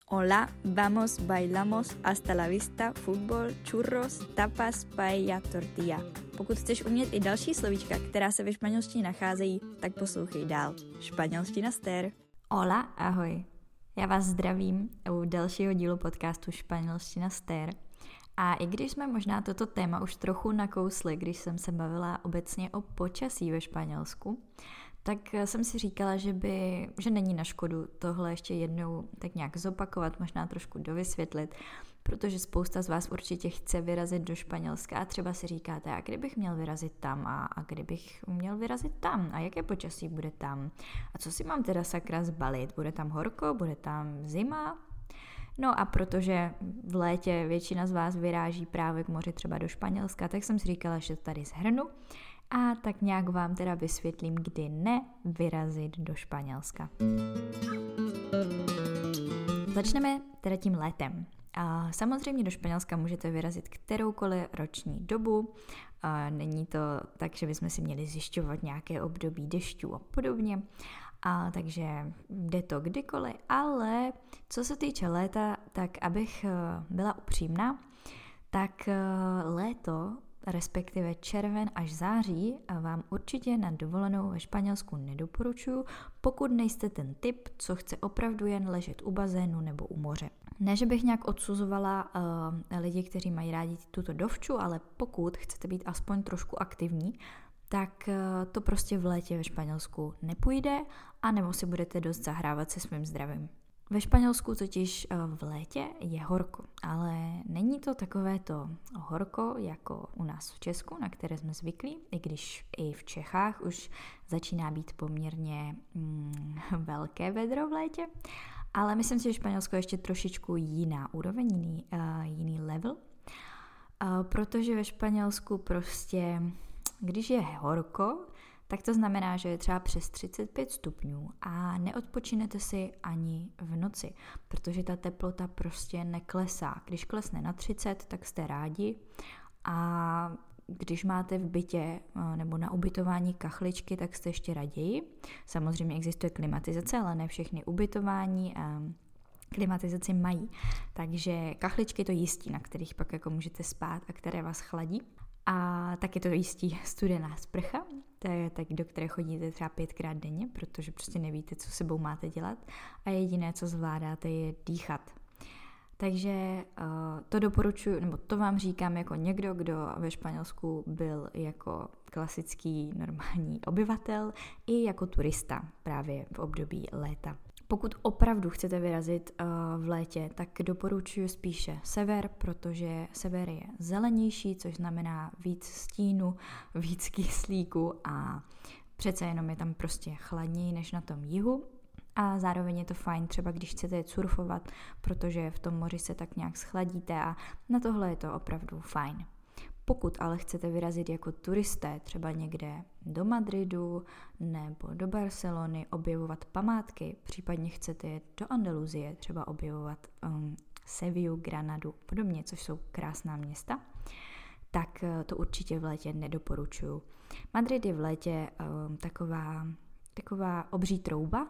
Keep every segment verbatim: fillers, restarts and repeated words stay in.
Hola, vamos, bailamos, hasta la vista, fútbol, churros, tapas, paella, tortilla. Pokud chceš umět i další slovíčka, která se ve španělštině nacházejí, tak poslouchej dál. Španělština stér. Hola, ahoj. Já vás zdravím u dalšího dílu podcastu Španělština stér. A i když jsme možná toto téma už trochu nakousli, když jsem se bavila obecně o počasí ve Španělsku, tak jsem si říkala, že, by, že není na škodu tohle ještě jednou tak nějak zopakovat, možná trošku dovysvětlit, protože spousta z vás určitě chce vyrazit do Španělska a třeba si říkáte, a kdybych měl vyrazit tam a, a kdybych měl vyrazit tam a jaké počasí bude tam a co si mám teda sakra zbalit, bude tam horko, bude tam zima? No a protože v létě většina z vás vyráží právě k moři třeba do Španělska, tak jsem si říkala, že to tady shrnu a tak nějak vám teda vysvětlím, kdy ne vyrazit do Španělska. Začneme teda tím létem. A samozřejmě do Španělska můžete vyrazit kteroukoliv roční dobu. A není to tak, že bychom si měli zjišťovat nějaké období dešťů a podobně. A takže jde to kdykoliv, ale co se týče léta, tak abych byla upřímná, tak léto, respektive červen až září, vám určitě na dovolenou ve Španělsku nedoporučuju, pokud nejste ten typ, co chce opravdu jen ležet u bazénu nebo u moře. Ne, že bych nějak odsuzovala uh, lidi, kteří mají rádi tuto dovču, ale pokud chcete být aspoň trošku aktivní, tak uh, to prostě v létě ve Španělsku nepůjde, anebo si budete dost zahrávat se svým zdravím. Ve Španělsku totiž v létě je horko, ale není to takové to horko jako u nás v Česku, na které jsme zvyklí, i když i v Čechách už začíná být poměrně mm, velké vedro v létě, ale myslím si, že Španělsko je ještě trošičku jiná úroveň, jiný, uh, jiný level, uh, protože ve Španělsku prostě, když je horko, tak to znamená, že je třeba přes třicet pět stupňů a neodpočinete si ani v noci, protože ta teplota prostě neklesá. Když klesne na třicet, tak jste rádi a když máte v bytě nebo na ubytování kachličky, tak jste ještě raději. Samozřejmě existuje klimatizace, ale ne všechny ubytování a klimatizaci mají. Takže kachličky to jistí, na kterých pak jako můžete spát a které vás chladí. A taky to jistí studená sprcha, to je tak, do které chodíte třeba pětkrát denně, protože prostě nevíte, co sebou máte dělat a jediné, co zvládáte, je dýchat. Takže uh, to doporučuji, nebo to vám říkám jako někdo, kdo ve Španělsku byl jako klasický normální obyvatel i jako turista právě v období léta. Pokud opravdu chcete vyrazit uh, v létě, tak doporučuji spíše sever, protože sever je zelenější, což znamená víc stínu, víc kyslíku a přece jenom je tam prostě chladněji než na tom jihu. A zároveň je to fajn třeba, když chcete jet surfovat, protože v tom moři se tak nějak schladíte a na tohle je to opravdu fajn. Pokud ale chcete vyrazit jako turisté třeba někde do Madridu nebo do Barcelony, objevovat památky, případně chcete jet do Andaluzie, třeba objevovat um, Sevillu, Granadu, podobně, což jsou krásná města, tak uh, to určitě v létě nedoporučuju. Madrid je v létě um, taková, taková obří trouba,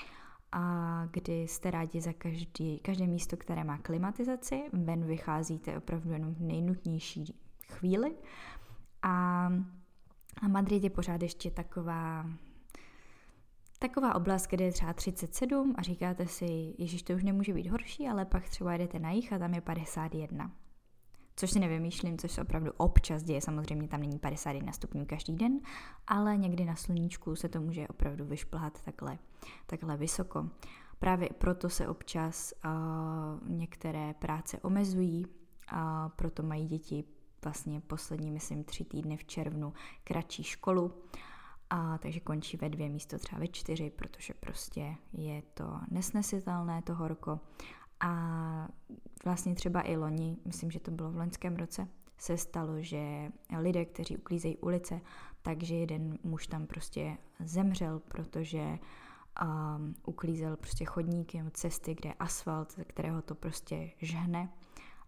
a kdy jste rádi za každý, každé místo, které má klimatizaci, ven vycházíte opravdu jenom v nejnutnější chvíli a, a Madrid je pořád ještě taková taková oblast, kde je třeba třicet sedm a říkáte si, ježiš, to už nemůže být horší, ale pak třeba jdete na jih a tam je padesát jedna. Což si nevymýšlím, což se opravdu občas děje, samozřejmě tam není padesát jedna stupňů každý den, ale někdy na sluníčku se to může opravdu vyšplhat takhle, takhle vysoko. Právě proto se občas uh, některé práce omezují a proto mají děti vlastně poslední, myslím, tři týdny v červnu kratší školu, a takže končí ve dvě místo třeba ve čtyři, protože prostě je to nesnesitelné, to horko. A vlastně třeba i loni, myslím, že to bylo v loňském roce, se stalo, že lidé, kteří uklízejí ulice, takže jeden muž tam prostě zemřel, protože um, uklízel prostě chodníky, cesty, kde je asfalt, kterého to prostě žhne.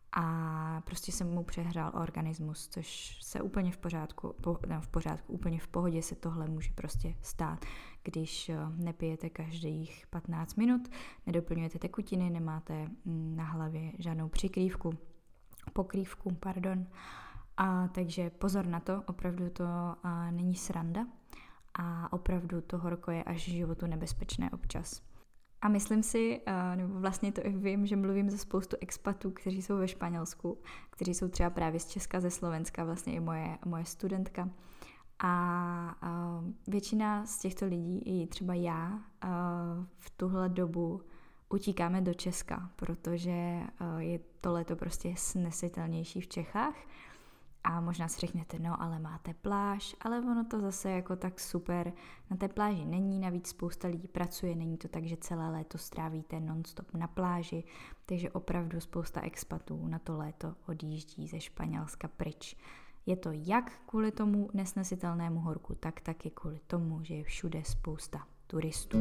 a prostě se mu přehrál organismus, což se úplně v pořádku, po, ne, v pořádku, úplně v pohodě se tohle může prostě stát, když nepijete každých patnáct minut, nedoplňujete tekutiny, nemáte na hlavě žádnou přikrývku, pokrývku, pardon. A takže pozor na to, opravdu to a, není sranda a opravdu to horko je až životu nebezpečné občas. A myslím si, nebo vlastně to i vím, že mluvím za spoustu expatů, kteří jsou ve Španělsku, kteří jsou třeba právě z Česka, ze Slovenska, vlastně i moje, moje studentka. A, a většina z těchto lidí, i třeba já, v tuhle dobu utíkáme do Česka, protože je tohleto prostě snesitelnější v Čechách. A možná si řeknete, no ale máte pláž, ale ono to zase jako tak super na té pláži není, navíc spousta lidí pracuje, není to tak, že celé léto strávíte non-stop na pláži, takže opravdu spousta expatů na to léto odjíždí ze Španělska pryč. Je to jak kvůli tomu nesnesitelnému horku, tak taky kvůli tomu, že je všude spousta turistů.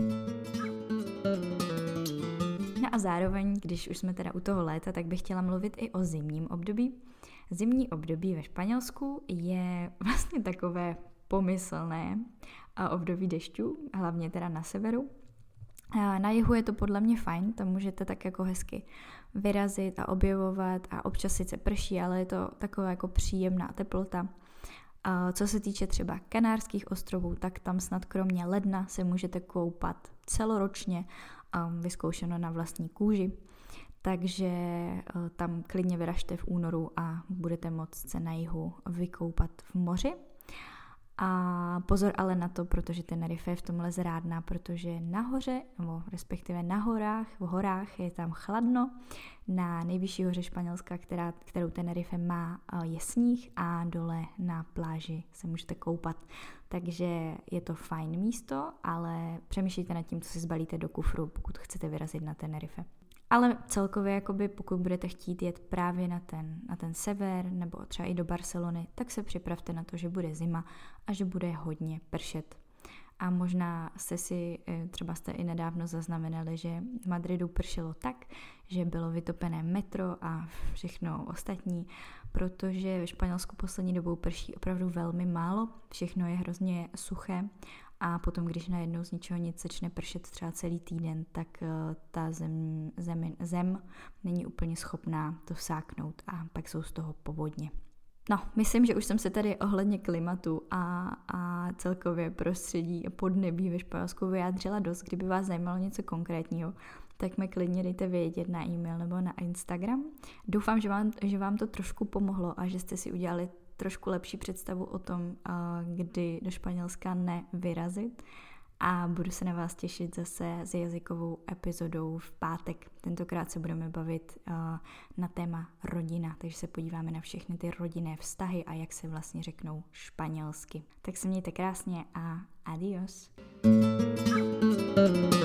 No a zároveň, když už jsme teda u toho léta, tak bych chtěla mluvit i o zimním období. Zimní období ve Španělsku je vlastně takové pomyslné období dešťů, hlavně teda na severu. Na jihu je to podle mě fajn, tam můžete tak jako hezky vyrazit a objevovat a občas sice prší, ale je to taková jako příjemná teplota. Co se týče třeba Kanárských ostrovů, tak tam snad kromě ledna se můžete koupat celoročně, vyzkoušeno na vlastní kůži. Takže tam klidně vyražte v únoru a budete moct se na jihu vykoupat v moři. A pozor ale na to, protože Tenerife je v tomhle zrádná, protože nahoře, nebo respektive na horách, v horách je tam chladno. Na nejvyšší hoře Španělska, která, kterou Tenerife má, je sníh a dole na pláži se můžete koupat. Takže je to fajn místo, ale přemýšlejte nad tím, co si zbalíte do kufru, pokud chcete vyrazit na Tenerife. Ale celkově, jakoby, pokud budete chtít jet právě na ten, na ten sever nebo třeba i do Barcelony, tak se připravte na to, že bude zima a že bude hodně pršet. A možná jste si, třeba jste i nedávno zaznamenali, že v Madridu pršelo tak, že bylo vytopené metro a všechno ostatní, protože ve Španělsku poslední dobou prší opravdu velmi málo, všechno je hrozně suché. A potom, když najednou z ničeho nic začne pršet třeba celý týden, tak ta zem, zem, zem není úplně schopná to vsáknout a pak jsou z toho povodně. No, myslím, že už jsem se tady ohledně klimatu a, a celkově prostředí a podnebí ve Španělsku vyjádřila dost. Kdyby vás zajímalo něco konkrétního, tak mi klidně dejte vědět na e-mail nebo na Instagram. Doufám, že vám, že vám to trošku pomohlo a že jste si udělali trošku lepší představu o tom, kdy do Španělska nevyrazit. A budu se na vás těšit zase s jazykovou epizodou v pátek. Tentokrát se budeme bavit na téma rodina, takže se podíváme na všechny ty rodinné vztahy a jak se vlastně řeknou španělsky. Tak se mějte krásně a adios.